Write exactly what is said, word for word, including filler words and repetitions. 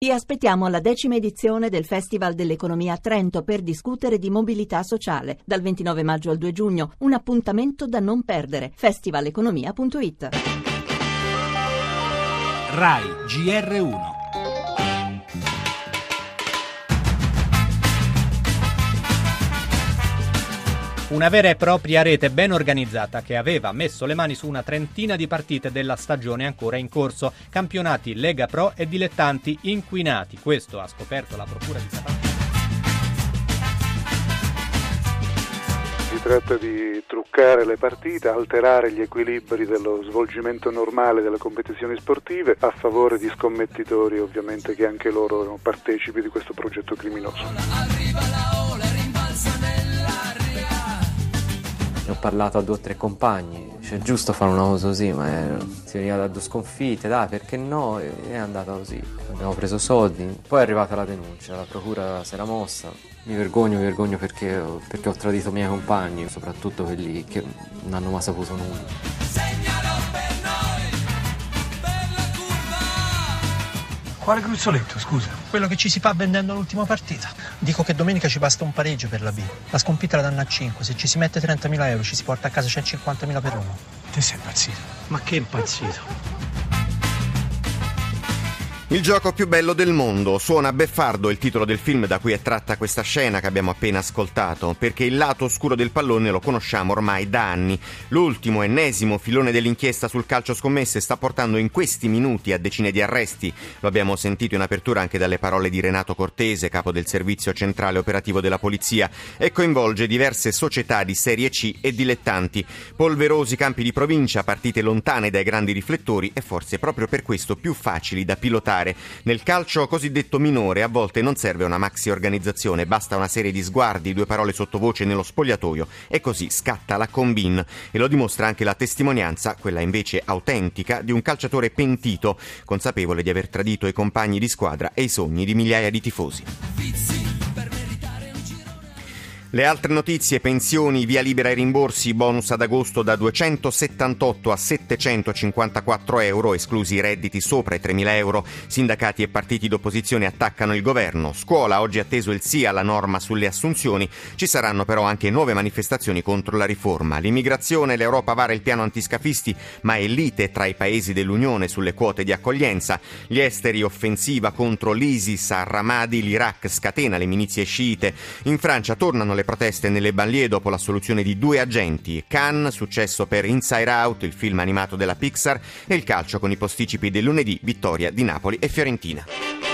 Vi aspettiamo alla decima edizione del Festival dell'Economia a Trento per discutere di mobilità sociale. Dal ventinove maggio al due giugno, un appuntamento da non perdere. festivaleconomia punto it. Rai G R uno. Una vera e propria rete ben organizzata che aveva messo le mani su una trentina di partite della stagione ancora in corso, campionati Lega Pro e dilettanti inquinati. Questo ha scoperto la Procura di Sapato. Si tratta di truccare le partite, alterare gli equilibri dello svolgimento normale delle competizioni sportive a favore di scommettitori, ovviamente, che anche loro erano partecipi di questo progetto criminoso. Ho parlato a due o tre compagni, cioè è giusto fare una cosa così, ma è, si veniva da due sconfitte, dai, perché no? E è andata così. Abbiamo preso soldi, poi è arrivata la denuncia, la procura si era mossa. Mi vergogno, mi vergogno perché, perché ho tradito i miei compagni, soprattutto quelli che non hanno mai saputo nulla. Quale gruzzoletto, scusa? Quello che ci si fa vendendo l'ultima partita. Dico che domenica ci basta un pareggio per la B. La sconfitta la danno a cinque. Se ci si mette trentamila euro ci si porta a casa centocinquantamila per uno. Te sei impazzito. Ma che impazzito. Il gioco più bello del mondo. Suona beffardo il titolo del film da cui è tratta questa scena che abbiamo appena ascoltato, perché il lato oscuro del pallone lo conosciamo ormai da anni. L'ultimo, ennesimo filone dell'inchiesta sul calcio scommesse sta portando in questi minuti a decine di arresti. Lo abbiamo sentito in apertura anche dalle parole di Renato Cortese, capo del servizio centrale operativo della polizia, e coinvolge diverse società di Serie C e dilettanti. Polverosi campi di provincia, partite lontane dai grandi riflettori e forse proprio per questo più facili da pilotare. Nel calcio cosiddetto minore a volte non serve una maxi organizzazione, basta una serie di sguardi, due parole sottovoce nello spogliatoio e così scatta la combine. E lo dimostra anche la testimonianza, quella invece autentica, di un calciatore pentito, consapevole di aver tradito i compagni di squadra e i sogni di migliaia di tifosi. Le altre notizie: pensioni, via libera ai rimborsi, bonus ad agosto da duecentosettantotto a settecentocinquantaquattro euro, esclusi i redditi sopra i tremila euro. Sindacati e partiti d'opposizione attaccano il governo. Scuola, oggi atteso il sì alla norma sulle assunzioni. Ci saranno però anche nuove manifestazioni contro la riforma. L'immigrazione, l'Europa vara il piano antiscafisti, ma è lite tra i paesi dell'Unione sulle quote di accoglienza. Gli esteri, offensiva contro l'ISIS a Ramadi, l'Iraq scatena le milizie sciite. In Francia tornano le proteste nelle banlieue dopo l'assoluzione di due agenti. Cannes, successo per Inside Out, il film animato della Pixar, e il calcio con i posticipi del lunedì, vittoria di Napoli e Fiorentina.